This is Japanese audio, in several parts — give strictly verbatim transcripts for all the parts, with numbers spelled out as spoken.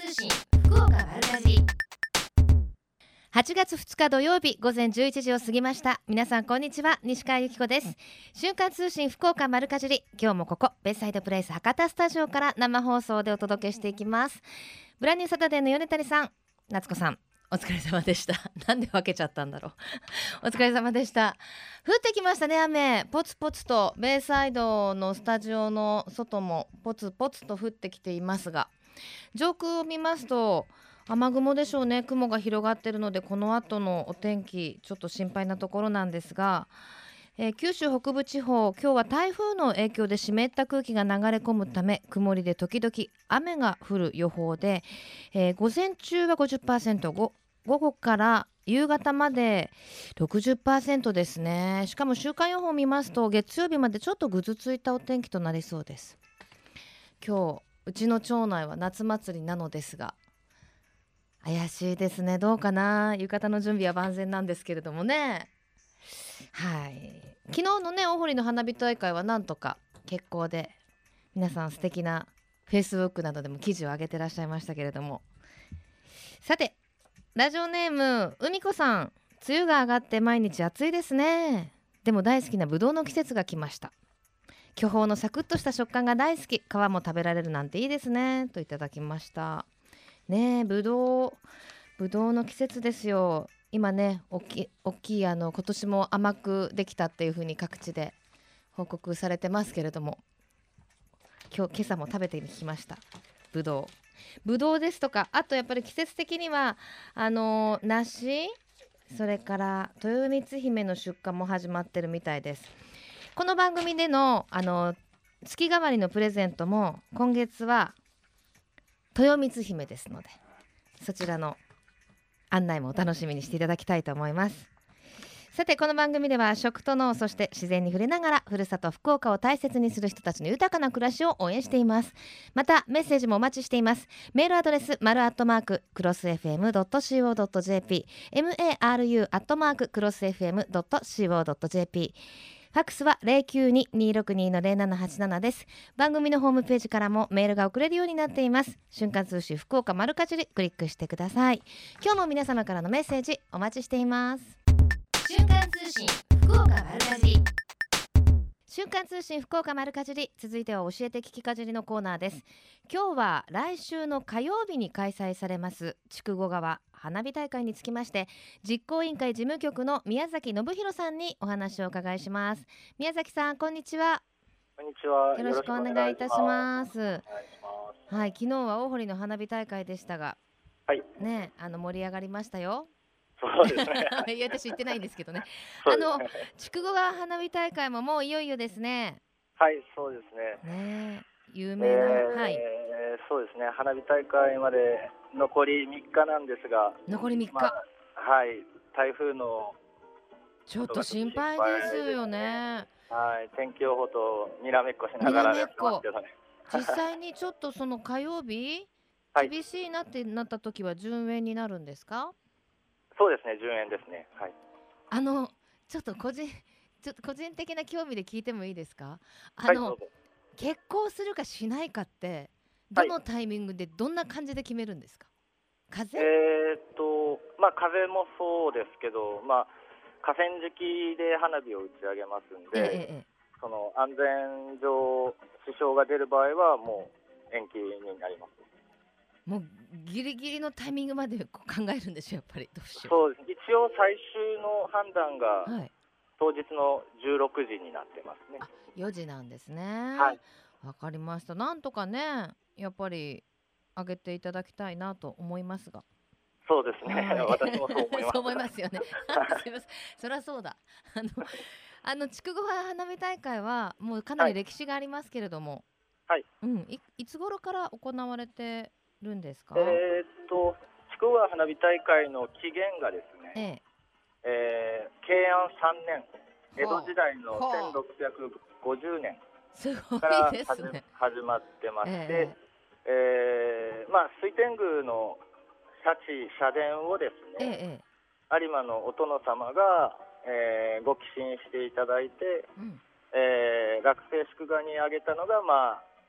通信福岡丸かじりはちがつふつか土曜日午前じゅういちじを過ぎました。皆さんこんにちは、西川由紀子です。瞬間通信福岡丸かじり、今日もここベイサイドプレイス博多スタジオから生放送でお届けしていきます。ブランニューサタデーの米谷さん、夏子さん、お疲れ様でした。なんで分けちゃったんだろうお疲れ様でした。降ってきましたね、雨ポツポツと。ベイサイドのスタジオの外もポツポツと降ってきていますが、上空を見ますと雨雲でしょうね。雲が広がっているので、この後のお天気ちょっと心配なところなんですが、えー、九州北部地方、今日は台風の影響で湿った空気が流れ込むため、曇りで時々雨が降る予報で、えー、午前中は ごじゅっパーセント、ご午後から夕方まで ろくじゅっパーセント ですね。しかも週間予報を見ますと、月曜日までちょっとぐずついたお天気となりそうです。今日うちの町内は夏祭りなのですが、怪しいですね。どうかな。浴衣の準備は万全なんですけれどもね。はい、昨日のね大堀の花火大会はなんとか決行で、皆さん素敵なフェイスブックなどでも記事を上げてらっしゃいましたけれども、さてラジオネームうみこさん、梅雨が上がって毎日暑いですね。でも大好きなぶどうの季節が来ました。巨峰のサクッとした食感が大好き、皮も食べられるなんていいですね、といただきましたね。えぶどうぶどうの季節ですよ。今ね、大きい、大きいあの今年も甘くできたっていう風に各地で報告されてますけれども、今日今朝も食べてきました。ぶどうぶどうですとか、あとやっぱり季節的にはあの梨、それから豊光姫の出荷も始まってるみたいです。この番組でのあの月替わりのプレゼントも今月は豊光姫ですので、そちらの案内もお楽しみにしていただきたいと思います。さてこの番組では食と農、そして自然に触れながらふるさと福岡を大切にする人たちの豊かな暮らしを応援しています。またメッセージもお待ちしています。メールアドレス丸アットマーククロス エフエムドットシーオードットジェーピー maru アットマーククロス エフエムドットシーオードットジェーピー、ファックスは ゼロきゅうに にーろくに の ゼロななはちなな です。番組のホームページからもメールが送れるようになっています。瞬間通信福岡丸かじり、クリックしてください。今日も皆様からのメッセージお待ちしています。瞬間通信福岡丸かじり、瞬間通信福岡丸かじり、続いては教えて聞きかじりのコーナーです。今日は来週の火曜日に開催されます筑後川花火大会につきまして、実行委員会事務局の宮崎信弘さんにお話をお伺いします。宮崎さん、こんにちは。 こんにちは。 よろしくお願いいたします。はい、昨日は大堀の花火大会でしたが、 はいね、あの盛り上がりましたよ。 そうですねいや私行ってないんですけどね。 そうですね、 あの筑後川花火大会ももういよいよですね。 はい、そうですね。 ね、有名な、 えーはい、 そうですね。花火大会まで残りみっかなんですが、 残りみっか、 まあ、はい、台風のちょっと心配ですよね。 はい、天気予報とにらめっこしながらやってますけどね。 実際にちょっとその火曜日、 はい、 厳しいなってなった時は順延になるんですか？ そうですね、順延ですね。はい。 あのちょっと個人ちょっと個人的な興味で聞いてもいいですか？あの、 はい、 結婚するかしないかってどのタイミングでどんな感じで決めるんですか？風？ えーっとまあ風もそうですけど、まあ河川敷で花火を打ち上げますんで、 ええええ、 その安全上支障が出る場合はもう延期になります。 もうギリギリのタイミングまでこう考えるんでしょ、やっぱり。どうしよそうです。一応最終の判断がう。はい、 当日のじゅうろくじになってますね。 あ、よじなんですね。 はい。 わかりました。なんとかね、やっぱり上げていただきたいなと思いますが。 そうですね。 はい、 私もそう思います。 そう思いますよね。すいません。そりゃそうだ。あの、あの筑後川花火大会はもうかなり歴史がありますけれども、 はい。 うん、い、いつ頃から行われてるんですか？ えーっと筑後川花火大会の起源がですね、 ええ、 えー、慶安さんねん、江戸時代のはあせんろっぴゃくごじゅうねんすごいからですね。 始まってまして、 ええーまあ、水天宮の社地社殿をですええね、 え、 有馬のお殿様が、えーご寄進していただいて、 うん、 えー学生宿場に挙げたのが、まあ、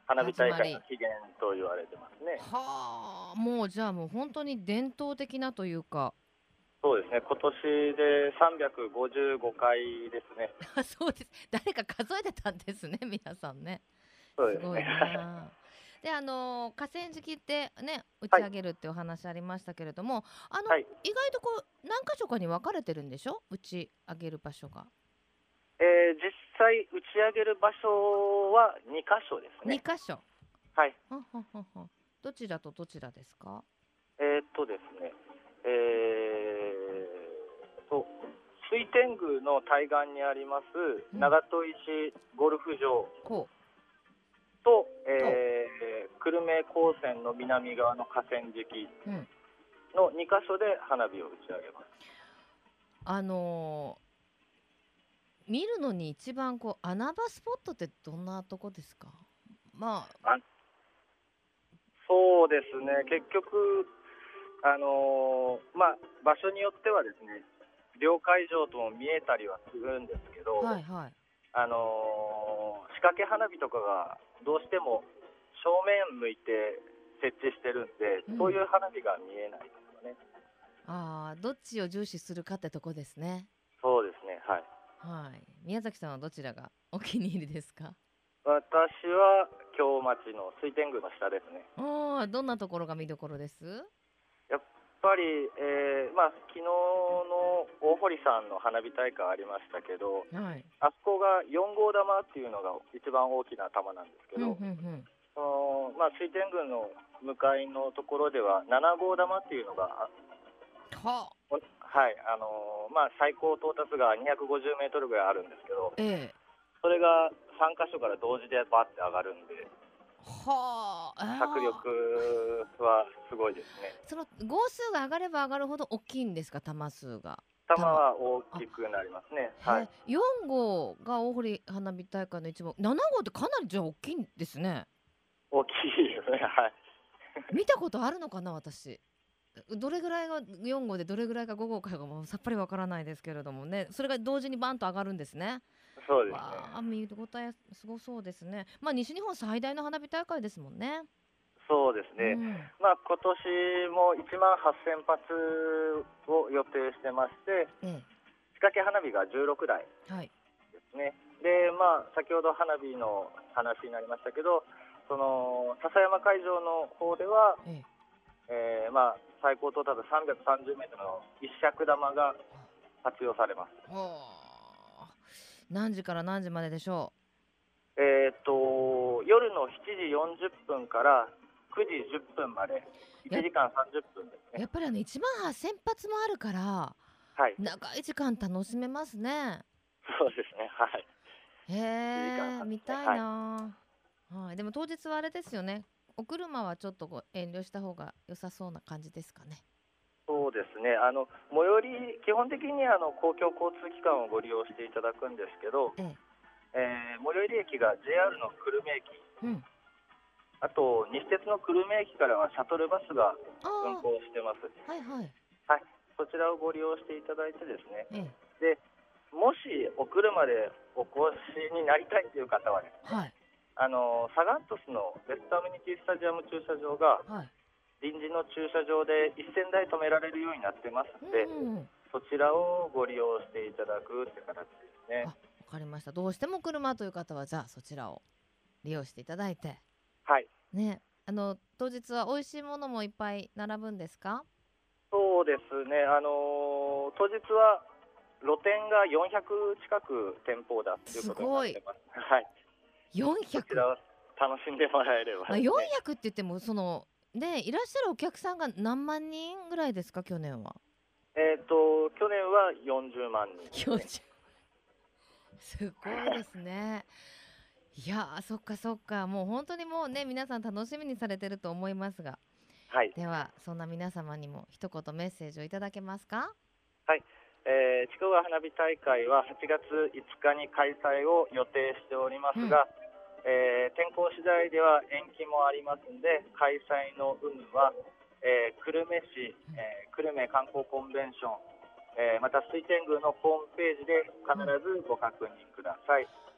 花火大始まり。 会の起源と言われてますね。 はあ、もうじゃあもう本当に伝統的なというか。 そうですね、今年でさんびゃくごじゅうごかいですね。 あ、そうです。誰か数えてたんですね、皆さんね。 そうですね。 すごいなあ。で、あの河川敷ってね、打ちはい。 上げるってお話ありましたけれども、あのはい。 意外とこう何箇所かに分かれてるんでしょ？打ち上げる場所が。 えー実際打ち上げる場所はにかしょですにね。 箇所。 はい。 はははは。どちらとどちらですか？ えーっとですね、えーと、水天宮の対岸にありますうん。 長門石ゴルフ場こと、 うと、 えー久留米高専の南側の河川敷うん。 のにかしょで花火を打ち上げます。 あのー見るのに一番こう穴場スポットってどんなとこですか？まあ、 あ、そうですね、結局、あのーまあ、場所によってはですね、両会場とも見えたりはするんですけど、 はいはい。 あのー仕掛け花火とかがどうしても正面向いて設置してるんで、 うん。 そういう花火が見えないですよね。 ああ、どっちを重視するかってとこですね。 そうですね、はい。 はい。宮崎さんはどちらがお気に入りですか？ 私は京町の水天宮の下ですね。 ああ、どんなところが見どころです？ やっぱり、えーまあ、昨日の大堀さんの花火大会ありましたけど、 はい。 あそこがよん号玉っていうのが一番大きな玉なんですけふんど、 ふんふん。 そのまあ、水天宮の向かいのところではなな号玉っていうのが、あはあ。 おはいあのーまあ、最高到達がにひゃくごじゅうメートルぐらいあるんですけど、 ええ。 それがさん箇所から同時でバッて上がるんで、 はあ。 迫ああ。 力はすごいですね。 その号数が上がれば上がるほど大きいんですか？玉数が。玉。 玉は大あ、 きくなりますね。はい。 へえ、よん号が大堀花火大会の一番、なな号ってかなりじゃあ大きいんですね。 大きいですね。はい。 見たことあるのかな、私。どれぐらいがよん号でどれぐらいがご号かがもうさっぱりわからないですけれどもね。それが同時にバンと上がるんですね。 そうですね。 わあ、見応えすごそうですね。まあ西日本最大の花火大会ですもんね。 そうですね。 うん。 まあ、今年もいちまんはっせん発を予定してまして、 え仕掛け花火がじゅうろくだいえ。はい。 ですね。で、まあ、先ほど花火の話になりましたけど、その笹山会場の方では、 ええ。 えーまあ、最高到達さんびゃくさんじゅうメートルの一尺玉が活用されます。 はあ。何時から何時まででしょえーっと、夜のしちじよんじゅっぷんからくじじゅっぷんまで、 う。やいちじかんさんじゅっぷんですね。 やっぱりあのいちまんはっせん発もあるからはい。 長い時間楽しめますね。 そうですね。はい。 へいちじかんはんですね。 え、見たいはい。 なあ。はい。でも当日はあれですよね。お車はちょっとこう遠慮した方が良さそうな感じですかね。 そうですね。あの最寄り、基本的にあの公共交通機関をご利用していただくんですけど、 ええ。 えー最寄り駅が ジェイアール の久留米駅、 うん。 あと西鉄の久留米駅からはシャトルバスが運あ行してます。 あ、はいはい。 はい。そちらをご利用していただいてですね。 ええ。 で、もしお車でお越しになりたいという方はですね、 はい。 あのサガン鳥栖のベストアメニティスタジアム駐車場がはい。 臨時の駐車場でせんだい止められるようになってますうんので、 うんうん。 そちらをご利用していただくって形ですね。 あ、わかりました。どうしても車という方はじゃあそちらを利用していただいてはい。 ね。あの当日は美味しいものもいっぱい並ぶんですか？ そうですね。あのー当日は露店がよんひゃく近く店舗だっていうことになすごい。 ってます。はい。そちよんひゃく。 らを楽しんでもらえればまあ、 ですね。 よんひゃくって言ってもそのね、いらっしゃるお客さんが何万人ぐらいですか、去年は。 えっ、と去年はよんじゅうまんにんですね。 よんじゅう。すごいですね。いやー、そっかそっか、もう本当にもうね、皆さん楽しみにされてると思いますが、 はい。 ではそんな皆様にも一言メッセージをいただけますか？ はい。えー、筑後花火大会ははちがついつかに開催を予定しておりまうん。 すが、えー天候次第では延期もありますので、開催の有無は、えー久留米市、 うん。 えー久留米観光コンベンション、えーまた水天宮のホームページで必うん。 ずご確認ください。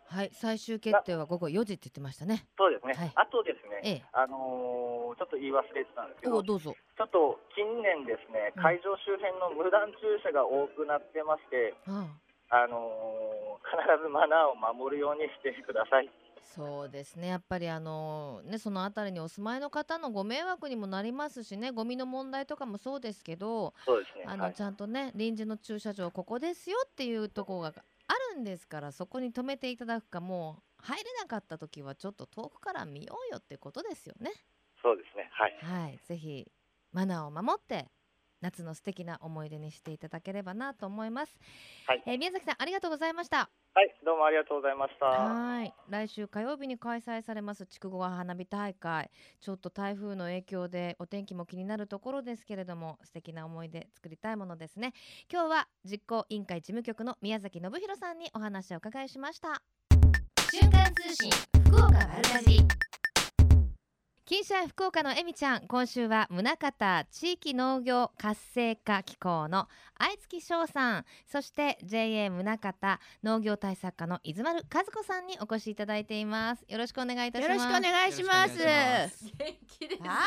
はい、最終決定は午後よじって言ってましたね。 そうですね、 はい、 あとですね、 ええ、 あのー、ちょっと言い忘れてたんですけど、 おどうぞ。 ちょっと近年ですね、会場周辺の無断駐車が多くなってまして、 うん、ああのー、必ずマナーを守るようにしてください。 そうですね、やっぱりあのね、そのあたりにお住まいの方のご迷惑にもなりますしね、ゴミの問題とかもそうですけど、 そうですね、 あはい、 のちゃんとね臨時の駐車場ここですよっていうところがあるんですから、そこに止めていただくか、もう入れなかった時はちょっと遠くから見ようよってことですよね。 そうですね、はい、 はい、ぜひマナーを守って夏の素敵な思い出にしていただければなと思います。 はい、 えー宮崎さんありがとうございました。 はい、どうもありがとうございました。 はい、来週火曜日に開催されます筑後川花火大会、ちょっと台風の影響でお天気も気になるところですけれども、素敵な思い出作りたいものですね。今日は実行委員会事務局の宮崎信弘さんにお話をお伺いしました。瞬間通信福岡丸かじり、金シャイ福岡のえみちゃん、今週は宗像地域農業活性化機構の愛月翔さん、そして ジェーエー 宗像農業対策課の伊豆丸和子さんにお越しいただいています。よろしくお願いいたします。 よろしくお願いします。 元気です。 はい。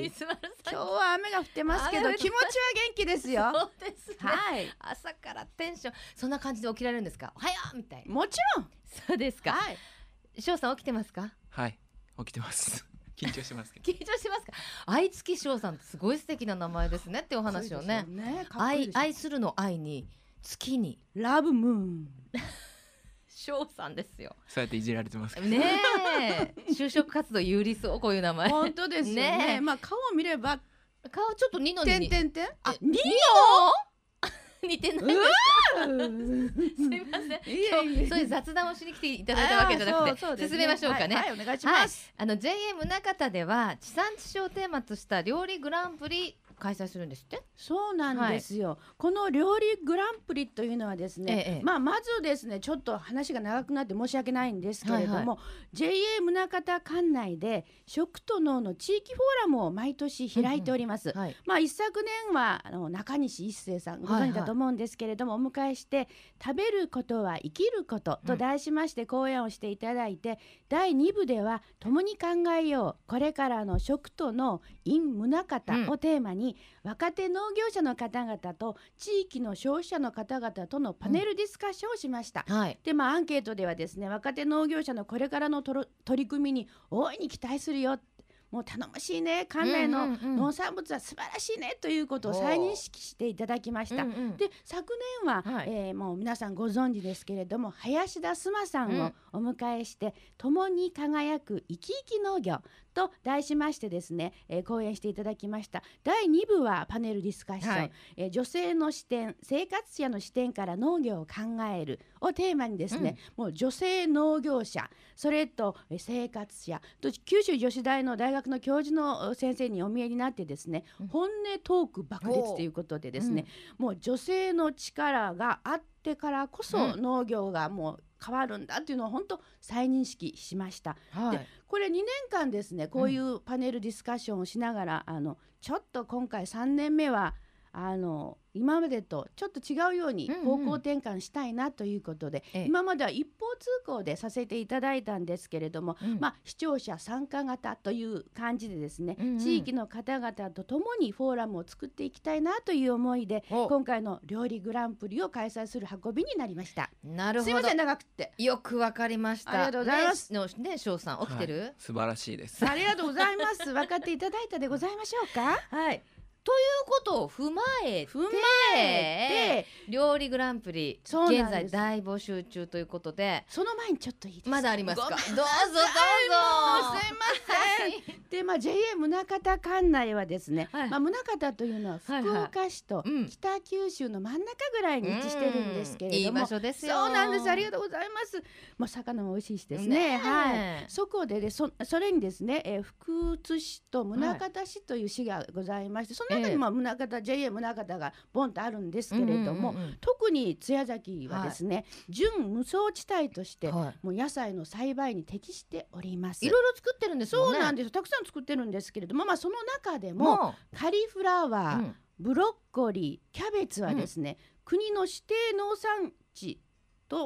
伊豆丸さん、 今日は雨が降ってますけど気持ちは元気ですよ。 そうですね、 はい。 朝からテンション、そんな感じで起きられるんですか？おはようみたいな。 もちろん。 そうですか。 はい。 翔さん起きてますか？ はい、起きてます緊張してますけど緊張しますか？愛月翔さんってすごい素敵な名前ですねっていうお話をね。 ね、かっこいい愛でしょ。 愛するの愛に月にラブムーン。 翔さんですよ。 そうやっていじられてますけどねえ就職活動有利そう、こういう名前。 本当ですよね。 ねまあ顔を見れば顔ちょっとニノに点点点。あ、 ニニノ似てない。 ノ。 すみません。 いえいえ今日そういう雑談をしに来ていただいたわけじゃなくて、 あーそうそうですね進めましょうかね。 はい、はいお願いします。 あの ジェーエー 宗像では地産地消をテーマとした料理グランプリ開催するんですって。 そうなんですよ、この料理グランプリというのはですね、 ええまあ、まずですねちょっと話が長くなって申し訳ないんですけれども、 はいはジェーエー 宗像管内で食と農の地域フォーラムを毎年開いております、 はい。 まあ、一昨年はあの中西一生さんご存知だと思うんですけれども、お迎えして食べることは生きることと題しまして講演をしていただいて、だいに部では共に考えようこれからの食と農 in 宗像をテーマに、若手農業者の方々と地域の消費者の方々とのパネルディスカッションをしました、 はい。 でまあアンケートではですね、若手農業者のこれからのとろ取り組みに大いに期待するよ、もう頼もしいね、館内のうんうんうん農産物は素晴らしいねということを再認識していただきました、 うんうんで昨年は、 はいえーもう皆さんご存知ですけれども、林田須磨さんをお迎えして、共に輝く生き生き農業と題しましてですね、えー講演していただきました。だいに部はパネルディスカッション、 はいえー女性の視点、生活者の視点から農業を考えるをテーマにですね、もう女性農業者、それとえー生活者と九州女子大の大学の教授の先生にお見えになってですね、 うん本音トーク爆裂ということでですね、もう女性の力があってからこそうん農業がもう変わるんだっていうのを本当再認識しました。 はいでこれにねんかんですね、こういうパネルディスカッションをしながら、あのちょっと今回さんねんめはあの今までとちょっと違うようにうんうん方向転換したいなということで、 ええ今までは一方通行でさせていただいたんですけれども、 うんまあ、視聴者参加型という感じでですね、 うんうん地域の方々と共にフォーラムを作っていきたいなという思いで、 お今回の料理グランプリを開催する運びになりました。 なるほど。 すいません長くってよくわかりました。 ありがとうございますね、のね翔さん起きてる？ はい素晴らしいですありがとうございます分かっていただいたでございましょうか。 はい。ということを踏まえて踏まえて料理グランプリそうなんです現在大募集中ということで、 その前にちょっといいですか。 まだありますか？どうぞどうぞ。 もうすいません、 はいでまあ ジェーエー 宗像管内はですね、 はいまあ、宗像というのは福岡市とうん北九州の真ん中ぐらいに位置してるんですけれども、 うんいい場所ですよ。 そうなんです、ありがとうございます。まあ、魚も美味しいしですね、 ねえはい、そこでで そ, それにですね、えー福津市と宗像市という市がございまして、その中にも宗像、ジェーエー 宗像がボンとあるんですけれども、 うんうんうんうん特に津屋崎はですね、準無双地帯として、 はもう野菜の栽培に適しております。 い。いろいろ作ってるんですもんね。 そうなんですよ、たくさん作ってるんですけれども、まあ、その中でももカリフラワー、 う、うんブロッコリー、キャベツはですね、国の指定農産地と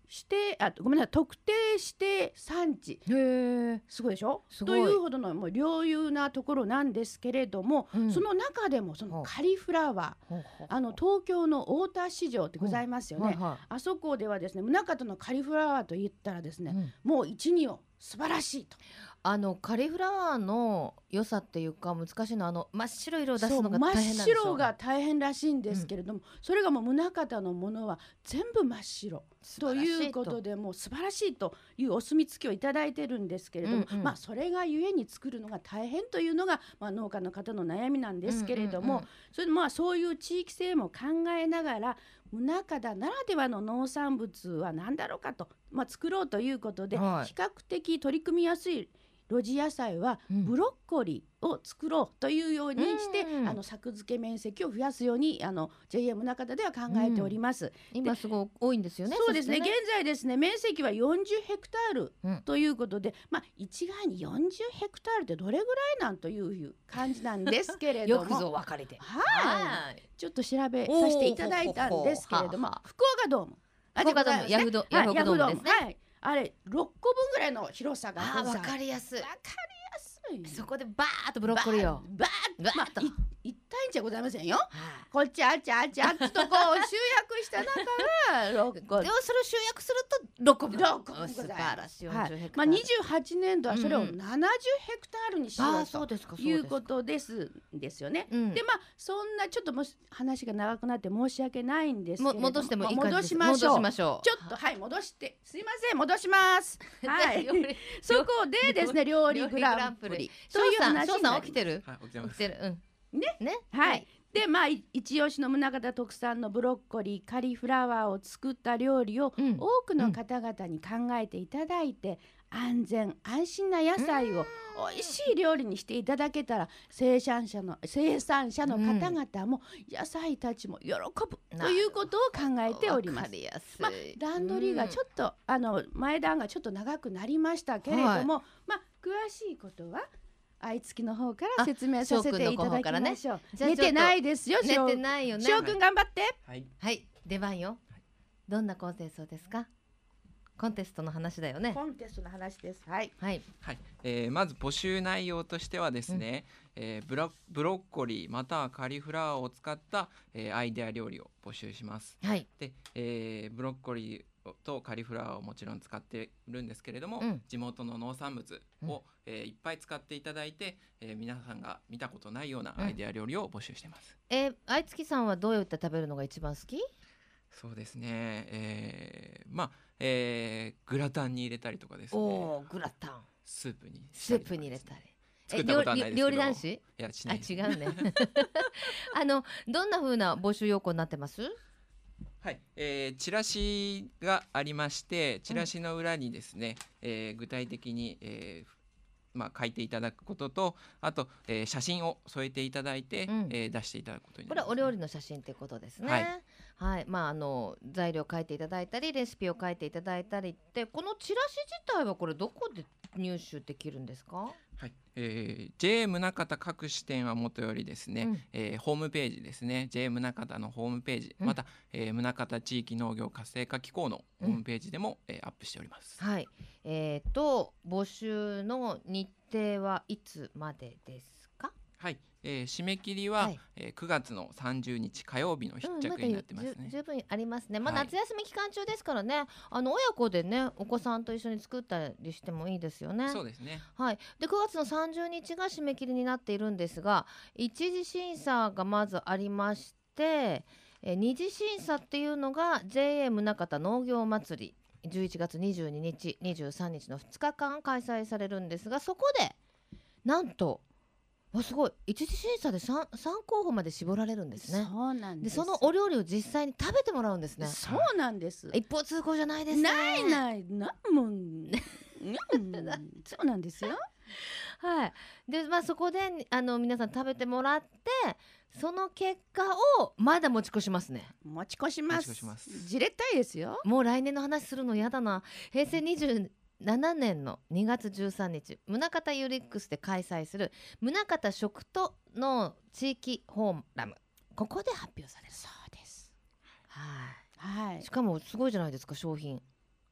指定あごめんなさい特定指定産地へえ。 すごいでしょすごいというほどのもう領有なところなんですけれども、 うんその中でもそのカリフラワーほうほうあの東京の太田市場ってございますよね、 はいはあそこではですね宗像のカリフラワーと言ったらですね、 いうんもう一二を素晴らしいとあのカリフラワーの良さっていうか難しいのはあの真っ白い色を出すのがそう真っ大変なんでしょ白が大変らしいんですけれども、それがもう宗像のものは全部真っ白ということでもう素晴らしいというお墨付きをいただいてるんですけれども、 うんうんまあそれがゆえに作るのが大変というのが、まあ、農家の方の悩みなんですけれども、 うんうんうんそれでまあそういう地域性も考えながら宗像ならではの農産物は何だろうかと、まあ、作ろうということで、 はい比較的取り組みやすい露地野菜はうんブロッコリーを作ろうというようにして、 うんあの作付け面積を増やすようにあの ジェイエム 宗像では考えております。 今すごい多いんですよね。 そうですねして現在ですね面積はよんじゅうヘクタールうんということで、まあ一概によんじゅうヘクタールってどれぐらいなんという感じなんですけれどもよくぞ分かれて。 はいい。 ちょっと調べさせていただいたんですけれどもおーほほほはあはあ福岡ドームあ福岡ドームでございますねヤフドはいヤフオクドームですねヤフドームはいあれろっこぶんぐらいの広さがあーござい分かりやすい。 わかりやすいそこでバーッとブロッコリーを。 バーッバーッとまあい一対じゃございませんよはこっちあっちあっちあっちとこう集約した中がろっこいでもそれを集約するとろっこぶ。 ろっこぶございます素晴らしい。 はいよんじゅうヘクタールまあにじゅうはちねんどはそれをうんうんななじゅうヘクタールにしよあーうとそうですか。 いうことですですよね。 うんでまあそんなちょっともし話が長くなって申し訳ないんですけれもども戻してもいいまあ戻感じです。 しましょう戻しましょう。 ちょっとはい戻してすいません戻しますはい料理そこでですね料理グランプリという翔さん話翔さになんり起きてる？ はい、起きてます。 起きてる。うん。 ねね。 はい。でまあい一押しの宗像特産のブロッコリーカリフラワーを作った料理をうん多くの方々に考えていただいて、安全安心な野菜を美味しい料理にしていただけたら生産者の生産者の方々も野菜たちも喜ぶということを考えておりますわか。りやすい。 まあ、段取りがちょっと、あの前段がちょっと長くなりましたけれども、 はいまあ詳しいことは愛月の方から説明させていただきましょう。 じゃあちょっと寝てないですよ。 寝てないよね。 翔くん頑張って。 はい。 はい、出番よ。どんなコンテストですか？コンテストの話だよね。 コンテストの話です。はい。 はい。 はい、えーまず募集内容としてはですね、えーブラブロッコリーまたはカリフラワーを使った、えーアイデア料理を募集します。 はい。 で、えーブロッコリーとカリフラワーをもちろん使っているんですけれども、 うん地元の農産物を、えーいっぱい使っていただいて、えー皆さんが見たことないようなアイデア料理を募集してます。 えー、愛月さんはどうやって食べるのが一番好き？ そうですね、えーまあ、えーグラタンに入れたりとかですおね、 お、グラタン。 スープにしスーたりとかプに入れたり。 作ったことはないですけど料理男子？ いやしあ、 ないです違うね。あのどんな風な募集要項になってます？ はい、えーチラシがありましてチラシの裏にですね、えー具体的に、えーまあ、書いていただくこととあと、えー写真を添えていただいて、 うんえー出していただくことにこなります、 れはお料理の写真っていうことですね。 はいはい、まああの材料書いていただいたりレシピを書いていただいたりってこのチラシ自体はこれどこで入手できるんですか？ はいえー、ジェイ 宗像各支店はもとよりですね、 うんえーホームページですね ジェイ 宗像のホームページ、 うんまた、えー、宗像地域農業活性化機構のホームページでも、えーアップしております。 はい、えー、と募集の日程はいつまでですか？ はい、えー締め切りは、 はいえーくがつのさんじゅうにち火曜日の必うん、ま着になってますね。 だじゅ十分ありますね。まあ、 はい夏休み期間中ですからね、あの親子でねお子さんと一緒に作ったりしてもいいですよね。 そうですね。 はい、でくがつのさんじゅうにちが締め切りになっているんですが一次審査がまずありましてえ二次審査っていうのが ジェイエー 宗像農業祭りじゅういちがつにじゅうににちにじゅうさんにちのふつかかん開催されるんですがそこでなんとわすごい一次審査で 3, 三候補まで絞られるんですね。 そうなんです。 でそのお料理を実際に食べてもらうんですね。 そうなんです。 一方通行じゃないですね。 ないないなんもん。うんそうなんですよ。 はい、でまあそこであの皆さん食べてもらってその結果をまだ持ち越しますね。 持ち越します。 持ち越しますじれったいですよ。 もう来年の話するのやだな。平成にじゅうななねんのにがつじゅうさんにち宗像ユリックスで開催する宗像食との地域フォーラムここで発表されるそうです。 ははいい。し。かもすごいじゃないですか商品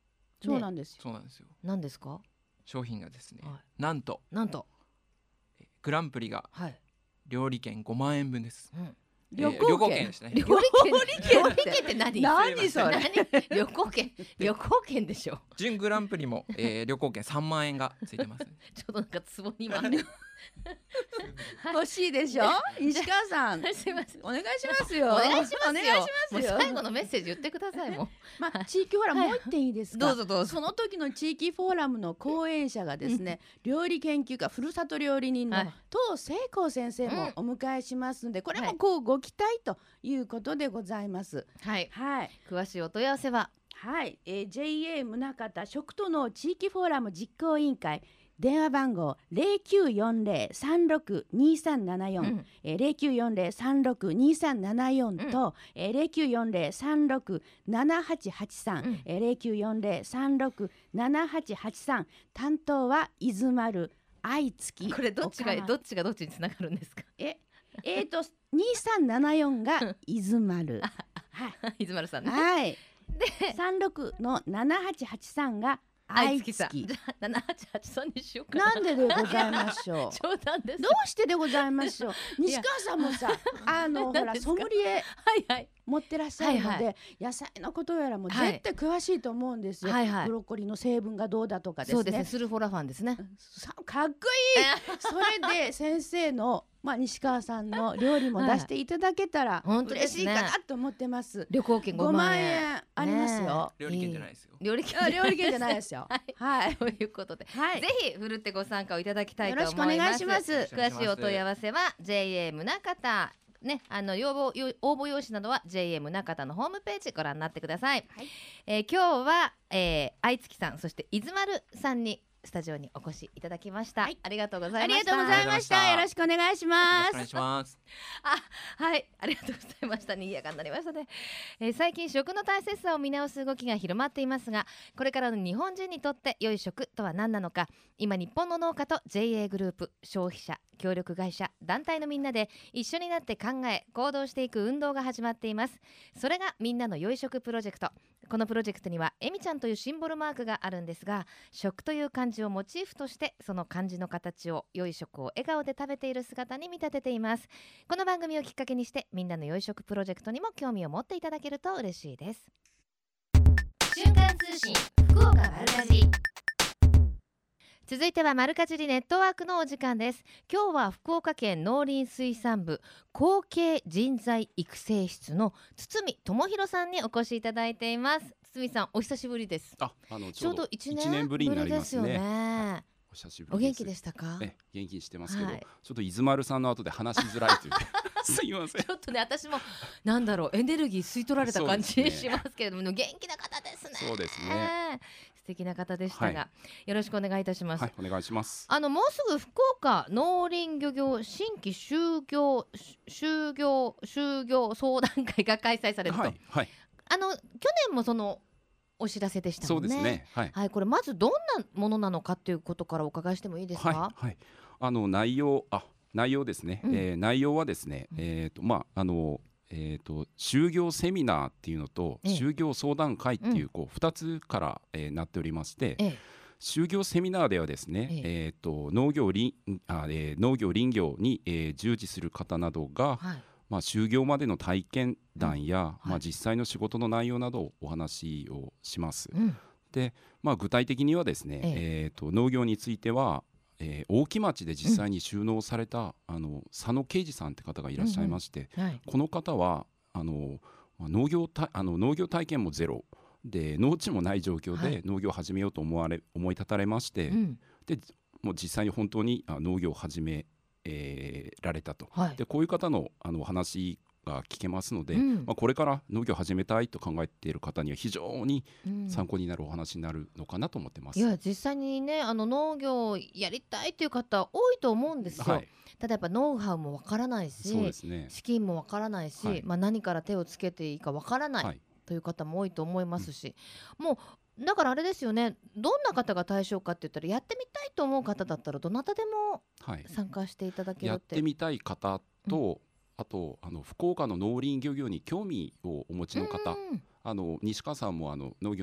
そうなんですよ。 そうなんですよ。 何ですか？ 商品がですね、 はなんとなんと、 グランプリがはい、 料理券ごまんえんぶんです。 うん、 えー旅行券旅行券でしたね。 料理券料理券って何？ 何それ。 何？旅行券旅行券でしょ。 準グランプリも、えー、旅行券さんまんえんがついてます、ね。 ちょっとなんかツボに今ね欲しいでしょ。石川さんすいません、 お願いしますよ。 お願いしますよ。 お願いしますよ。 もう最後のメッセージ言ってください。もまあ、地域フォーラムもう一点いいですか。 どうぞどうぞ。 その時の地域フォーラムの講演者がですね、料理研究家ふるさと料理人のはい東聖光先生もお迎えしますので、これもこうご期待ということでございます。 はい、 はい詳しいお問い合わせははい、えー、ジェイエー 宗像食と農地域フォーラム実行委員会電話番号 ゼロきゅうよんゼロ さんろく にさんななよん、 うんえー、ゼロきゅうよんゼロ さんろく にさんななよんと、えー、ゼロきゅうよんゼロ さんろく ななはちはちさん、 うんえー、ゼロきゅうよんゼロ さんろく ななはちはちさん、担当は伊豆丸愛月。 これどっちがおかまどっちがどっちにつながるんですか？ ええー、とにさんななよんが伊豆丸はい伊豆丸さんね。 はいで、 さんろくのななはちはちさんが愛愛月さん。 月じゃあななはちはちさんにしようかな。 なんででございましょう冗談です。 どうしてでございましょう。西川さんもさあのほら何ですかソムリエはいはい持ってらっしゃるので、 はい野菜のことやらもはい絶対詳しいと思うんですよ、 はいはいブロッコリーの成分がどうだとかですね。 そうですね。スルフォラファンですね。 さかっこいいそれで先生の、まあ、西川さんの料理も出していただけたら本当ですね嬉しいかなと思ってます。 旅行券ごごまんまん円。 円ありますよ、 料理券じゃないですよ。 料理券あ料理券じゃないですよはいはい、 ということで、 はい、 ぜひふるってご参加をいただきたいと思います。 よろしくお願いします詳しいお問い合わせは ジェイエー 宗像ね、あの要望よ応募用紙などは ジェイエー 宗像のホームページご覧になってください。 はいえー今日は、えー、愛月さんそして伊豆丸さんにスタジオにお越しいただきました。ありがとうございました。 ありがとうございました。よろしくお願いしよますろしくお願いします。 あ、はい、ありがとうございました。賑やかになりましたね、えー最近食の大切さを見直す動きが広まっていますが、これからの日本人にとって良い食とは何なのか、今日本の農家と ジェイエー グループ、消費者、協力会社、団体のみんなで一緒になって考え行動していく運動が始まっています。それがみんなの良い食プロジェクト。このプロジェクトにはえみちゃんというシンボルマークがあるんですが、食という漢字をモチーフとしてその漢字の形を良い食を笑顔で食べている姿に見立てています。この番組をきっかけにしてみんなの良い食プロジェクトにも興味を持っていただけると嬉しいです。瞬間通信福岡丸かじり。続いては丸かじりネットワークのお時間です。今日は福岡県農林水産部後継人材育成室の堤智弘さんにお越しいただいています。堤さん、お久しぶりです。 あ、あのちょうどいちねん一年ぶりになりますね。 ぶりですよね。 お久しぶりです。 お元気でしたか？ ね、元気にしてますけど、 はいちょっと伊豆丸さんの後で話しづらいというすいません。 ちょっとね、私もなんだろう、エネルギー吸い取られた感じそうですねしますけれども、元気な方ですね。 そうですね。 素敵な方でしたが、 はよろしくお願いいたします。 はい、お願いします。 あのもうすぐ福岡農林漁業新規就業就業就業相談会が開催されると、 はい、はい、 あの去年もそのお知らせでしたそもね。 うんですね。はい、 はい、これまずどんなものなのかっていうことからお伺いしてもいいですか？ はい、はい。あの内容、あ、内容ですね。 うんえー内容はですね、 うんえっとまああの。えー、と就業セミナーっていうのとええ就業相談会っていうこうふたつから、えーなっておりまして、 ええ、 就業セミナーではですね、 えええー、と農業林あ、えー農業林業に、えー従事する方などが、 はい、 まあ、就業までの体験談や、 はいまあ、実際の仕事の内容などをお話をします。 うん、 で、まあ、具体的にはですね、 ええー、と農業については、えー大木町で実際に就農された、あの佐野啓二さんって方がいらっしゃいまして、 はい、 この方はあのまあ農業たあの農業体験もゼロで農地もない状況はいで農業を始めようと思われ思い立たれまして、 うん、 でもう実際に本当にあ農業を始め、えーられたと。 はい、 でこういう方のあのお話が聞けますので、 うんまあ、これから農業を始めたいと考えている方には非常にうん参考になるお話になるのかなと思ってます。 いや実際にね、あの農業をやりたいという方多いと思うんですよ。 はい、 ただやっぱノウハウもわからないし、 そうですね。 資金もわからないし、 はいまあ、何から手をつけていいかわからない、 はい、 という方も多いと思いますし、もうだからあれですよね、どんな方が対象かって言ったらやってみたいと思う方だったらどなたでもはい、 参加していただけるやっっててみたい方と、あとあの福岡の農林漁業に興味をお持ちの方、 うんあの西川さんもあの農業に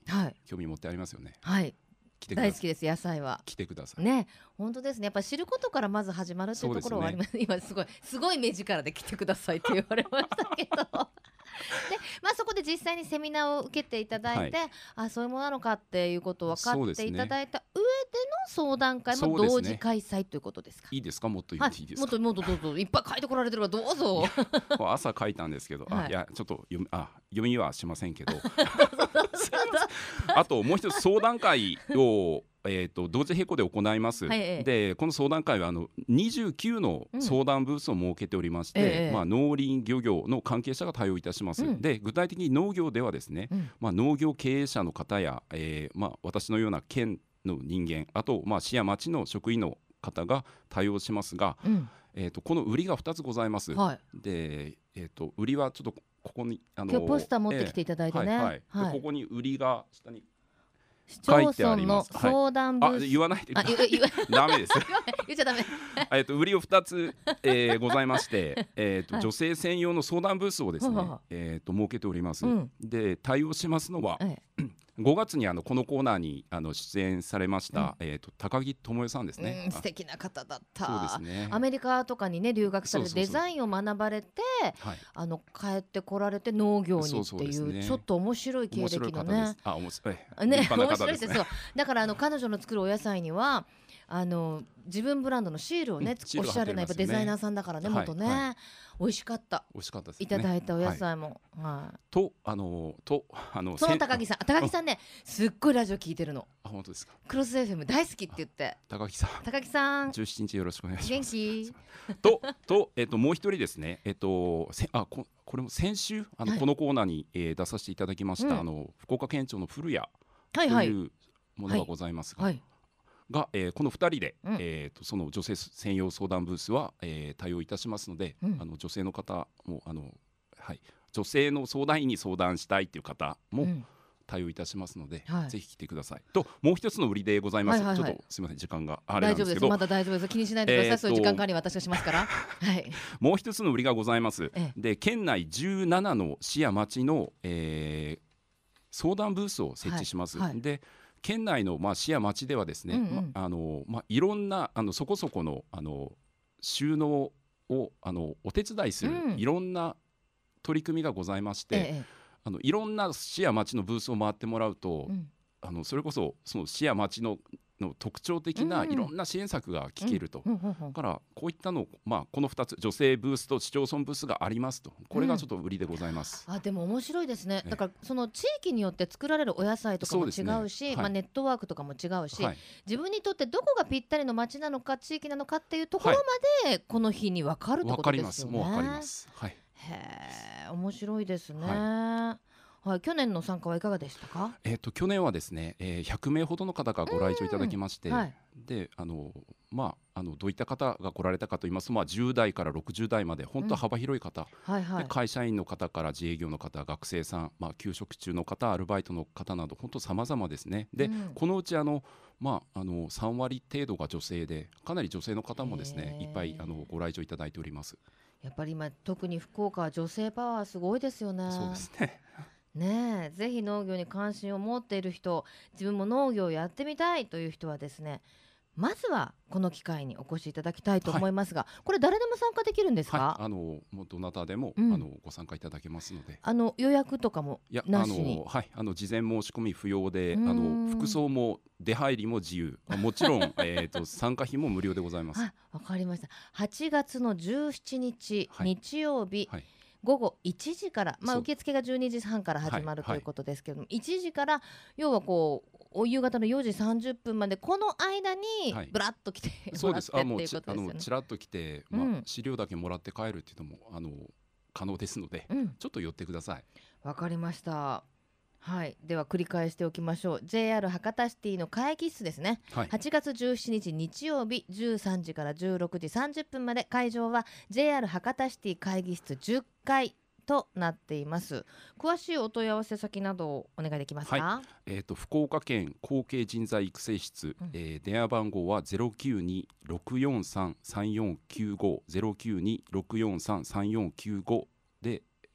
はい興味持ってありますよね。 はい来てください。 大好きです野菜は。 来てください。 ね、本当ですね。やっぱ知ることからまず始まるというところはあります。すね、今すごいすごい目力で来てくださいって言われましたけど。で、まあそこで実際にセミナーを受けていただいて、はい、あ、そういうものなのかっていうことを分かっていただいた上での相談会も同時開催ということですか。 いいですか、もっと言っていいですか。 はい、もっともっとどうぞ、いっぱい書いてこられてるからどうぞ。 朝書いたんですけど、 はい、 あ、いやちょっと読みあ読みはしませんけど。あともう一つ相談会をえー、と同時並行で行います、はい、でこの相談会はあのにじゅうきゅうの相談ブースを設けておりまして、うん、まあ、農林漁業の関係者が対応いたします、うん、で具体的に農業ではですね、うん、まあ、農業経営者の方や、えーまあ、私のような県の人間、あと、まあ、市や町の職員の方が対応しますが、うん、えー、とこの売りがふたつございます、はい、で、えー、と売りはちょっとここにあの今日ポスター持ってきていただいてね、 えーはいはい、でここに売りが下に市町村の相談ブース、 はい、あ、言わないでください。ダメです。 言っちゃダメ。 えっと売りをふたつ、えー、ございまして、えっと、はい、女性専用の相談ブースをですね、えっと設けております。うん、で対応しますのは、ええ、ごがつにあのこのコーナーにあの出演されました、うん、えっと高木智恵さんですね。 うん、素敵な方だった。 そうですね。 アメリカとかにね留学されてデザインを学ばれて、はい、あの帰ってこられて農業にっていう、そうそうですね、ちょっと面白い経歴のね。 あ、面白い。 ね、面白いですよ。だからあの彼女の作るお野菜にはあの自分ブランドのシールをね、うん、おしゃれなやっぱデザイナーさんだからね、元ね、はいはい、美味しかった。 美味しかったですね。 いただいたお野菜も、はいはい、 とあのとあのその高木さん、高木さんね、すっごいラジオ聞いてるの。 あ、本当ですか。 クロス エフエム 大好きって言って。 高木さん。 高木さん。 じゅうしちにちよろしくお願いします。 元気。 ととえっ、ー、ともう一人ですね。えっ、ー、とせあここれも先週あの、はい、このコーナーに、えー、出させていただきました、うん、あの福岡県庁の古谷というものがございますが。はいはいが、えー、このふたりで、うん、えー、とその女性専用相談ブースは、えー、対応いたしますので、うん、あの女性の方もあの、はい、女性の相談員に相談したいという方も対応いたしますので、うん、ぜひ来てください。ともう一つの売りでございます、はいはいはい、ちょっとすみません時間があれなんですけど、 大丈夫です、まだ大丈夫です、気にしないでください、えー、そういう時間管理は私がしますから、はい、 もう一つの売りがございます、ええ、で県内じゅうななの市や町の、えー、相談ブースを設置します、はいはい、で県内の、まあ、市や町ではですね、うんうん、まあのまあ、いろんなあのそこそこの、あの収納をあのお手伝いする、うん、いろんな取り組みがございまして、ええ、あのいろんな市や町のブースを回ってもらうと、うん、あのそれこそその市や町のの特徴的ないろんな支援策が聞けると、うんうん、だからこういったの、まあ、このふたつ女性ブースと市町村ブースがありますと、これがちょっと売りでございます、 うん、あでも面白いですね。だからその地域によって作られるお野菜とかも違うし、ね、はい、まあ、ネットワークとかも違うし、はい、自分にとってどこがぴったりの町なのか地域なのかっていうところまでこの日に分かるってことですよね。 分かります、もう分かります、はい、 へー、面白いですね、はいはい、去年の参加はいかがでしたか。 えー、と去年はですね、えー、ひゃくめいほどの方がご来場いただきまして、はい、であの、まあ、あのどういった方が来られたかといいますと、まあ、じゅうだいからろくじゅうだいまで本当幅広い方、うん、はいはい、で会社員の方から自営業の方、学生さん、まあ、休職中の方、アルバイトの方など本当様々ですね。で、うん、このうちあの、まあ、あのさんわり程度が女性で、かなり女性の方もですねいっぱいあのご来場いただいております。 やっぱり今特に福岡は女性パワーすごいですよね。 そうですね。 ねえ、ぜひ農業に関心を持っている人、自分も農業をやってみたいという人はですね、まずはこの機会にお越しいただきたいと思いますが、はい、これ誰でも参加できるんですか。 はい、あのもうどなたでも、うん、あのご参加いただけますので、 あの予約とかもなしに。 いや、あの、はい、あの事前申し込み不要で、あの服装も出入りも自由、もちろん、えー、と参加費も無料でございます。 わかりました。はちがつのじゅうしちにち、はい、日曜日、はい、ごごいちじから、まあ、受付がじゅうにじはんから始まるということですけども、はいはい、いちじから要はこうお夕方のよじさんじゅっぷんまでこの間にぶらっと来て、はい、もらってっていうことですよね。 あのちらっと来て、まあ、うん、資料だけもらって帰るっていうのもあの可能ですので、うん、ちょっと寄ってください。 わかりました。はい、では繰り返しておきましょう。 ジェイアール 博多シティの会議室ですね、はい、はちがつじゅうしちにち日曜日じゅうさんじからじゅうろくじさんじゅっぷんまで、会場は ジェイアール 博多シティ会議室じゅっかいとなっています。詳しいお問い合わせ先などをお願いできますか。 はい、えー、と福岡県後継人材育成室、うん、えー、電話番号は ゼロきゅうに ろくよんさん さんよんきゅうご ゼロきゅうに ろくよんさん さんよんきゅうご で、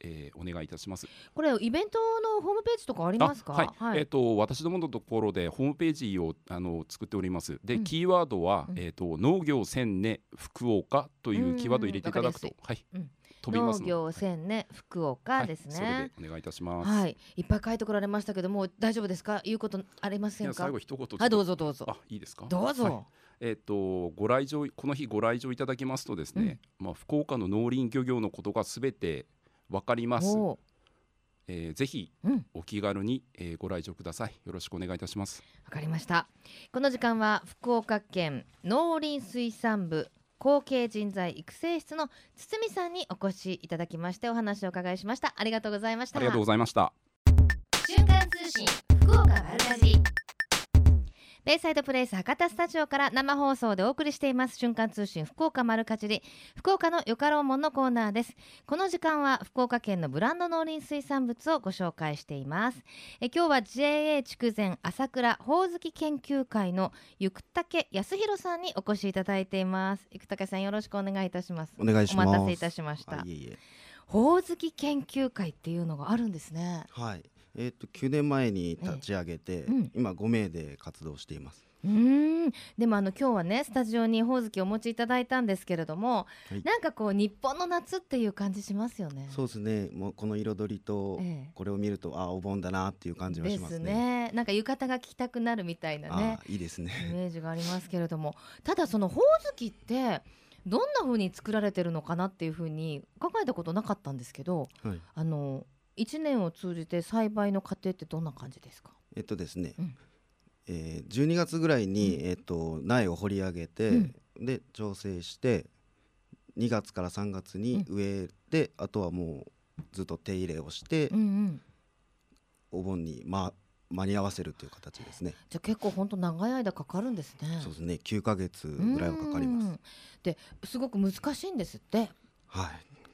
えー、お願いいたします。 これイベントのホームページとかありますか？ はい、 はい、 えー、と私どものところでホームページをあの作っております。で、 うん、 キーワードは、 うん、 えー、と農業千音福岡というキーワードを入れていただくと、はい、うん、飛びますので。 農業千音福岡ですね、 はい、それでお願いいたします。 はい、いっぱい書いてこられましたけども大丈夫ですか？言うことありませんか？ 最後一言。 あ、どうぞどうぞ。 あ、いいですか？ どうぞ。はい、 えー、とご来場この日ご来場いただきますとですね、うん、まあ、福岡の農林漁業のことがすべてわかります。えー、ぜひお気軽に、えー、ご来場ください。よろしくお願いいたします。 わかりました。この時間は福岡県農林水産部後継人材育成室の堤さんにお越しいただきましてお話をお伺いしました。ありがとうございました。 ありがとうございました。 瞬間通信福岡丸かじり、ベイサイドプレイス博多スタジオから生放送でお送りしています瞬間通信福岡丸かじり、福岡のよかろうもんのコーナーです。この時間は福岡県のブランド農林水産物をご紹介しています。え今日は ジェーエー 筑前朝倉ほおずき研究会の生竹康弘さんにお越しいただいています。生竹さん、よろしくお願いいたします。 お願いします。 お待たせいたしました。 いえいえ、 ほおずき研究会っていうのがあるんですね。 はい、えー、ときゅうねんまえに立ち上げて、 ええ、うん、 今ごめいで活動しています。 うーん、でもあの今日はねスタジオにほおずきをお持ちいただいたんですけれども、はい、なんかこう日本の夏っていう感じしますよね。 そうですね、もうこの彩りとこれを見ると、ええ、あお盆だなっていう感じはしますね。 ですね。なんか浴衣が着たくなるみたいなね、 あいいですね、 イメージがありますけれども、ただそのほおずきってどんな風に作られてるのかなっていう風に考えたことなかったんですけど、はい、あのいちねんを通じて栽培の過程ってどんな感じですか？ えっとですね、うん、えー、じゅうにがつぐらいに、うん、えー、と苗を掘り上げて、うん、で調整してにがつからさんがつに植えて、うん、あとはもうずっと手入れをして、うんうん、お盆に、ま、間に合わせるという形ですね。 じゃあ結構本当長い間かかるんですね。 そうですね、きゅうかげつぐらいはかかります。 ですごく難しいんですって。 はい、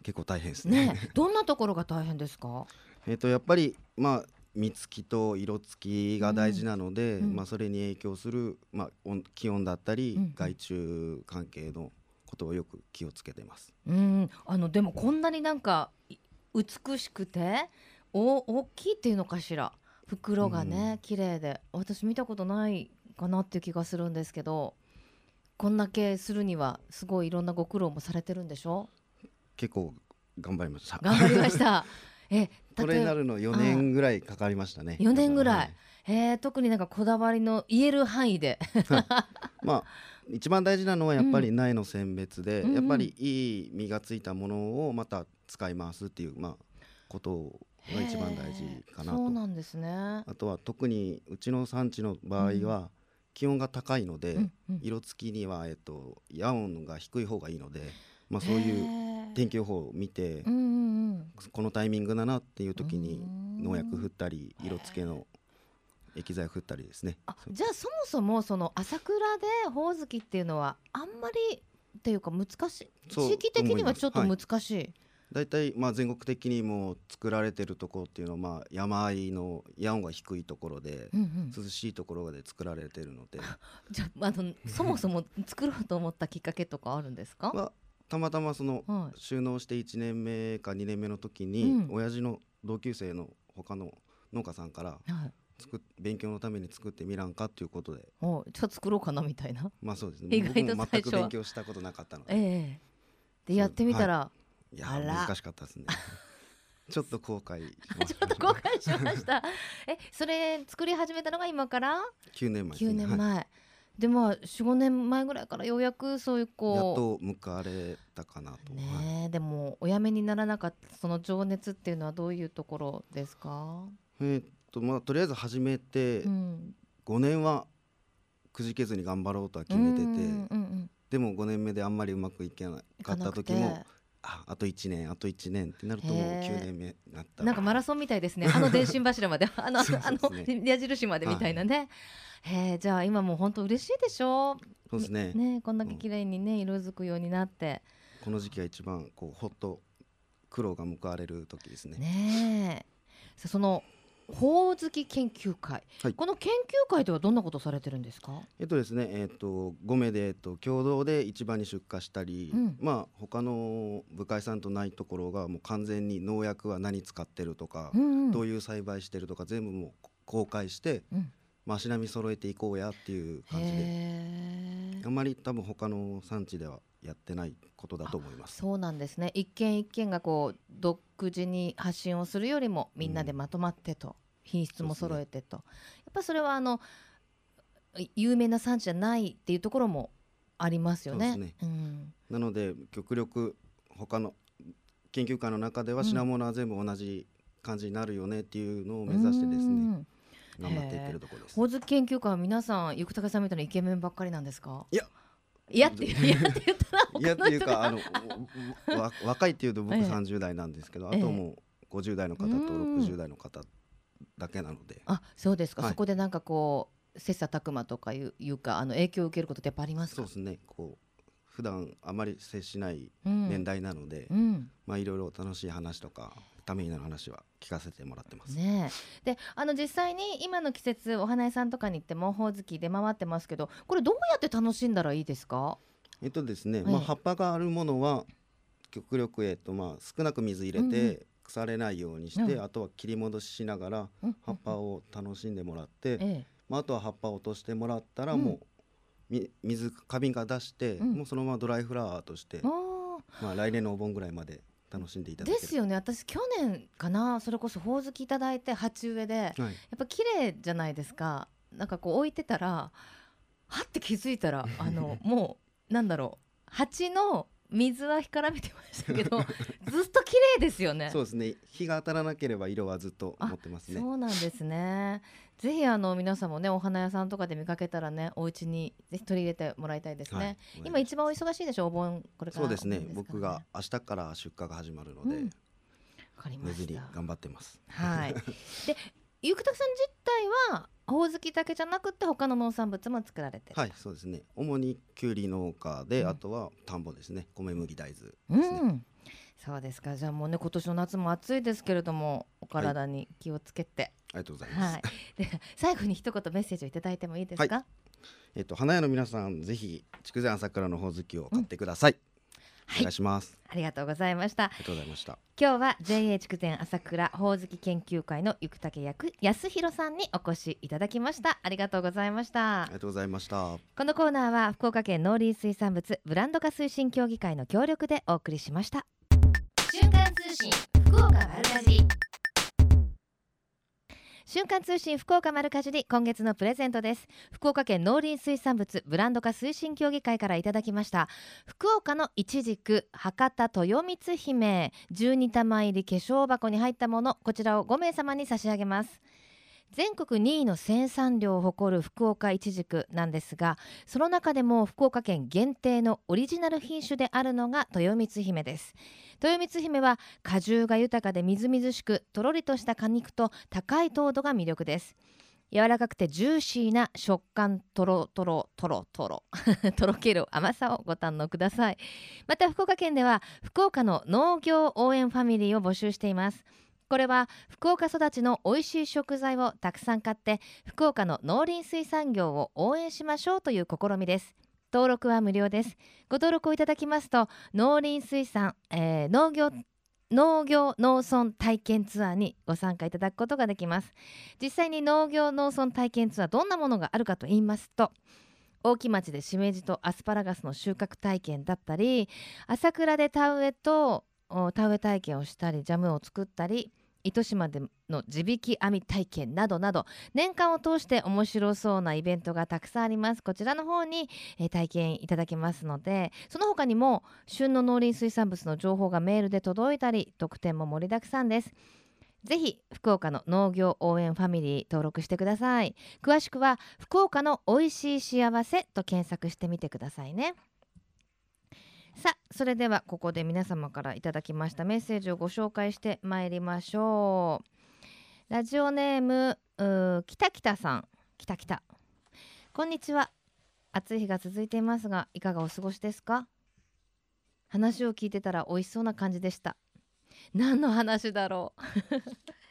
結構大変です ね, ねどんなところが大変ですか？ えーとやっぱりまあ実つきと色つきが大事なので、うんまあ、それに影響する、まあ、温気温だったり、うん、害虫関係のことをよく気をつけてます。 うんあのでもこんなになんか美しくてお大きいっていうのかしら、袋がね、うん、綺麗で私見たことないかなっていう気がするんですけど、こんだけするにはすごいいろんなご苦労もされてるんでしょ？ 結構頑張りました。 頑張りましたえこれになるのよねんぐらいかかりましたね。 よねんぐらい、はい、えー、特になんかこだわりの言える範囲でまあ一番大事なのはやっぱり苗の選別で、うん、やっぱりいい実がついたものをまた使い回すっていう、まあ、ことが一番大事かなと。 そうなんですね。 あとは特にうちの産地の場合は気温が高いので、うんうん、色付きには、えっと、夜温が低い方がいいので、まあ、そういう天気予報を見て、うんうんうん、このタイミングだなっていう時に農薬振ったり色付けの液剤振ったりですね。 あじゃあそもそもその朝倉でほおずきっていうのはあんまりっていうか難しい、地域的にはちょっと難しい、はい、 だいたいまあ全国的にも作られてるところっていうのは、まあ山あいの夜温が低いところで、うんうん、涼しいところで作られてるのでじゃあ、あのそもそも作ろうと思ったきっかけとかあるんですか？ まあたまたまその、はい、収納していちねんめかにねんめの時に、うん、親父の同級生の他の農家さんから、はい作勉強のために作ってみらんかということで、 おじゃあ作ろうかなみたいな。 まあそうですね、僕も全く勉強したことなかったので、 えー、でやってみたら、 はい、いや難しかったですねちょっと後悔しましたちょっと後悔しましたえそれ作り始めたのが今からきゅうねんまえですね。きゅうねんまえ、はい、でまあ よん,ご 年前ぐらいからようやくそういうこうやっと報われたかなと、 ねはい、 でもおやめにならなかったその情熱っていうのはどういうところですか？ えーとまあ、とりあえず始めてごねんはくじけずに頑張ろうとは決めてて、うんうんうん、でもごねんめであんまりうまくいけなかった時も あ, あといちねんあといちねんってなるともうきゅうねんめになったなんかマラソンみたいですねあの電信柱まであの, ね、あの矢印までみたいなね、はい、へじゃあ今もう本当嬉しいでしょ？ そうですね、 ねこんだけ綺麗にね色づくようになって、 うん、この時期が一番こうほっと苦労が報われる時ですね。 ねえそのほおずき研究会、 はい、 この研究会ではどんなことをされてるんですか？ えっとですね、えっと米で、えっと、共同で市場に出荷したり、うん、まあ他の部会さんとないところがもう完全に農薬は何使ってるとか、うんうん、どういう栽培してるとか全部もう公開して、うん、まあ、足並み揃えていこうやっていう感じで、あんまり多分他の産地ではやってないことだと思います。 そうなんですね。一軒一軒がこう独自に発信をするよりもみんなでまとまってと、うん、品質も揃えてと、ね、やっぱそれはあの有名な産地じゃないっていうところもありますよね。 そうですね、うん、なので極力他の研究会の中では品物は全部同じ感じになるよねっていうのを目指してですね、うん、頑張っていってるところです。 ほおずき研究会は皆さん生田さんみたいなイケメンばっかりなんですか？ いやいやって言ったらいやっていうかあのわ若いっていうと僕さんじゅう代なんですけど、ええ、あともうごじゅう代の方とろくじゅう代の方だけなので。 あ、そうですか、はい、そこでなんかこう切磋琢磨とかいう、いうかあの影響を受けることってやっぱありますか？ そうですね、こう普段あまり接しない年代なので、うん、まあいろいろ楽しい話とかためになる話は聞かせてもらってます、 ね、であの実際に今の季節お花屋さんとかに行ってもほおずき出回ってますけど、これどうやって楽しんだらいいですか？ えっとですね、まあ、葉っぱがあるものは極力、えっとまあ、少なく水入れて腐れないようにして、うん、あとは切り戻ししながら葉っぱを楽しんでもらって、うん、まあ、あとは葉っぱを落としてもらったらもう、うん、水花瓶から出して、うん、もうそのままドライフラワーとして、まあ、来年のお盆ぐらいまで楽しんでいただける。 ですよね。私去年かな、それこそほおずきいただいて鉢植えで、はい、やっぱ綺麗じゃないですか。なんかこう置いてたらはって気づいたらあのもうなんだろう、鉢の水は干からびてましたけどずっと綺麗ですよね。 そうですね、日が当たらなければ色はずっと持ってますね。 そうなんですね。ぜひあの皆さんもね、お花屋さんとかで見かけたらね、お家にぜひ取り入れてもらいたいですね、はい、今一番お忙しいでしょ、お盆これから。 そうですね、僕が明日から出荷が始まるので、うん、 わかりました。 無事に頑張ってます。 はいで生田さん自体はほおずきだけじゃなくて他の農産物も作られてる。 はい、そうですね、主にきゅうり農家で、うん、あとは田んぼですね、米麦大豆ですね、うん、 そうですか。じゃあもうね、今年の夏も暑いですけれどもお体に気をつけて、はい、 ありがとうございます、 はい、で最後に一言メッセージをいただいてもいいですか？はい、 えっと、花屋の皆さんぜひ筑前朝倉のほおずきを買ってください、うん、お願いします、 はい、ありがとうございました。ありがとうございました。 今日は ジェイエー 筑前朝倉ほおずき研究会の生竹康弘さんにお越しいただきました。ありがとうございました。 ありがとうございました。 このコーナーは福岡県農林水産物ブランド化推進協議会の協力でお送りしました。瞬間通信福岡丸かじり。瞬間通信福岡丸かじり、今月のプレゼントです。福岡県農林水産物ブランド化推進協議会からいただきました福岡のいちじく博多豊光姫じゅうに玉入り化粧箱に入ったもの、こちらをご名様に差し上げます。全国にいの生産量を誇る福岡いちじくなんですが、その中でも福岡県限定のオリジナル品種であるのが豊光姫です。豊光姫は果汁が豊かでみずみずしく、とろりとした果肉と高い糖度が魅力です。柔らかくてジューシーな食感、とろとろとろとろとろける甘さをご堪能ください。また福岡県では福岡の農業応援ファミリーを募集しています。これは福岡育ちの美味しい食材をたくさん買って福岡の農林水産業を応援しましょうという試みです。登録は無料です。ご登録をいただきますと農林水産、えー、農業農業農村体験ツアーにご参加いただくことができます。実際に農業農村体験ツアー、どんなものがあるかと言いますと、大木町でしめじとアスパラガスの収穫体験だったり、朝倉で田植えと田植え体験をしたり、ジャムを作ったり、糸島での地引き網体験などなど、年間を通して面白そうなイベントがたくさんあります。こちらの方に、えー、体験いただけますので、その他にも旬の農林水産物の情報がメールで届いたり、特典も盛りだくさんです。ぜひ福岡の農業応援ファミリー登録してください。詳しくは福岡のおいしい幸せと検索してみてくださいね。さあ、それではここで皆様からいただきましたメッセージをご紹介してまいりましょう。ラジオネームきたきたさん、きたきた、こんにちは。暑い日が続いていますが、いかがお過ごしですか？話を聞いてたら美味しそうな感じでした。何の話だろう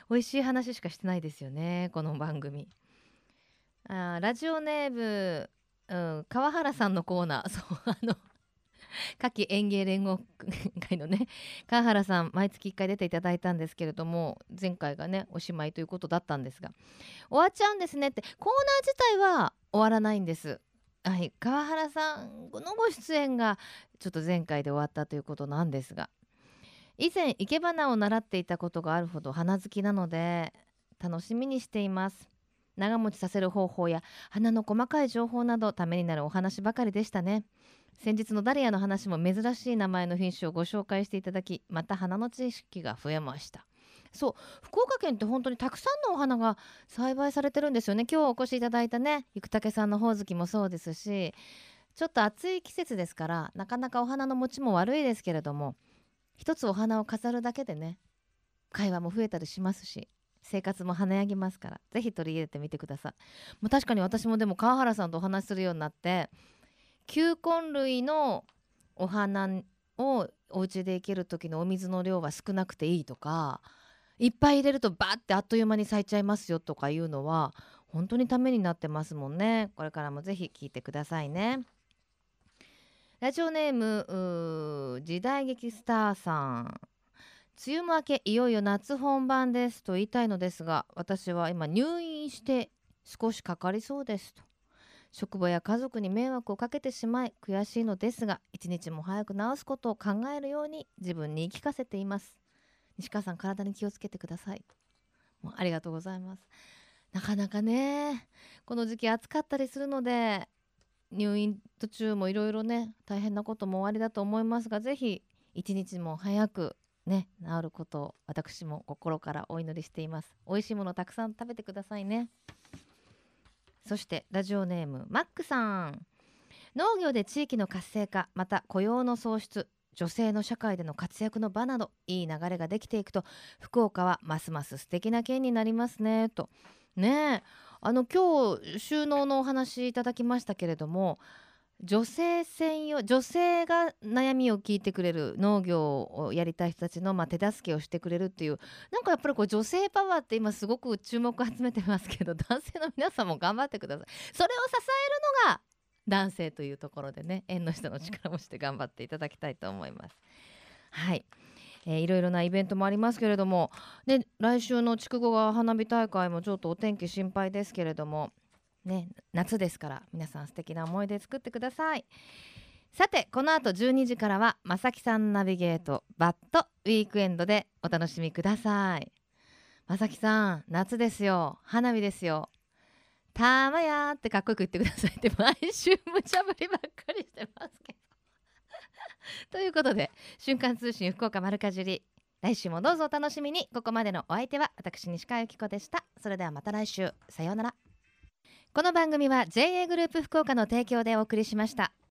美味しい話しかしてないですよねこの番組。あラジオネーム、うん、川原さんのコーナーそうあの夏季園芸連合会のね川原さん毎月いっかい出ていただいたんですけれども前回がねおしまいということだったんですが終わっちゃうんですねってコーナー自体は終わらないんです。はい、川原さんのご出演がちょっと前回で終わったということなんですが以前生け花を習っていたことがあるほど花好きなので楽しみにしています。長持ちさせる方法や花の細かい情報などためになるお話ばかりでしたね。先日のダリアの話も珍しい名前の品種をご紹介していただきまた花の知識が増えました。そう福岡県って本当にたくさんのお花が栽培されてるんですよね。今日お越しいただいたね生竹さんのほおずきもそうですしちょっと暑い季節ですからなかなかお花の持ちも悪いですけれども一つお花を飾るだけでね会話も増えたりしますし生活も華やぎますからぜひ取り入れてみてください。もう確かに私もでも川原さんとお話しするようになって球根類のお花をお家で生ける時のお水の量は少なくていいとかいっぱい入れるとバーってあっという間に咲いちゃいますよとかいうのは本当にためになってますもんね。これからもぜひ聞いてくださいね。ラジオネーム時代劇スターさん梅雨も明けいよいよ夏本番ですと言いたいのですが私は今入院して少しかかりそうですと職場や家族に迷惑をかけてしまい悔しいのですが一日も早く治すことを考えるように自分に言い聞かせています。西川さん体に気をつけてください。もうありがとうございます。なかなかねこの時期暑かったりするので入院途中もいろいろね大変なこともおありだと思いますがぜひ一日も早くね治ることを私も心からお祈りしています。美味しいものたくさん食べてくださいね。そしてラジオネームマックさん農業で地域の活性化また雇用の創出女性の社会での活躍の場などいい流れができていくと福岡はますます素敵な県になりますねとねえあの今日収納のお話いただきましたけれども女性専用女性が悩みを聞いてくれる農業をやりたい人たちの、まあ、手助けをしてくれるっていうなんかやっぱりこう女性パワーって今すごく注目を集めてますけど男性の皆さんも頑張ってください。それを支えるのが男性というところでね縁の下の力をして頑張っていただきたいと思います。はい、えー、いろいろなイベントもありますけれども、ね、来週の筑後川花火大会もちょっとお天気心配ですけれどもね、夏ですから皆さん素敵な思い出作ってください。さてこの後じゅうにじからはまさきさんナビゲートバッドウィークエンドでお楽しみください。まさきさん夏ですよ花火ですよたまやーってかっこよく言ってくださいって毎週無茶ぶりばっかりしてますけどということで瞬間通信福岡丸かじり来週もどうぞお楽しみに。ここまでのお相手は私西川由紀子でした。それではまた来週さようなら。この番組は ジェーエー グループ福岡の提供でお送りしました。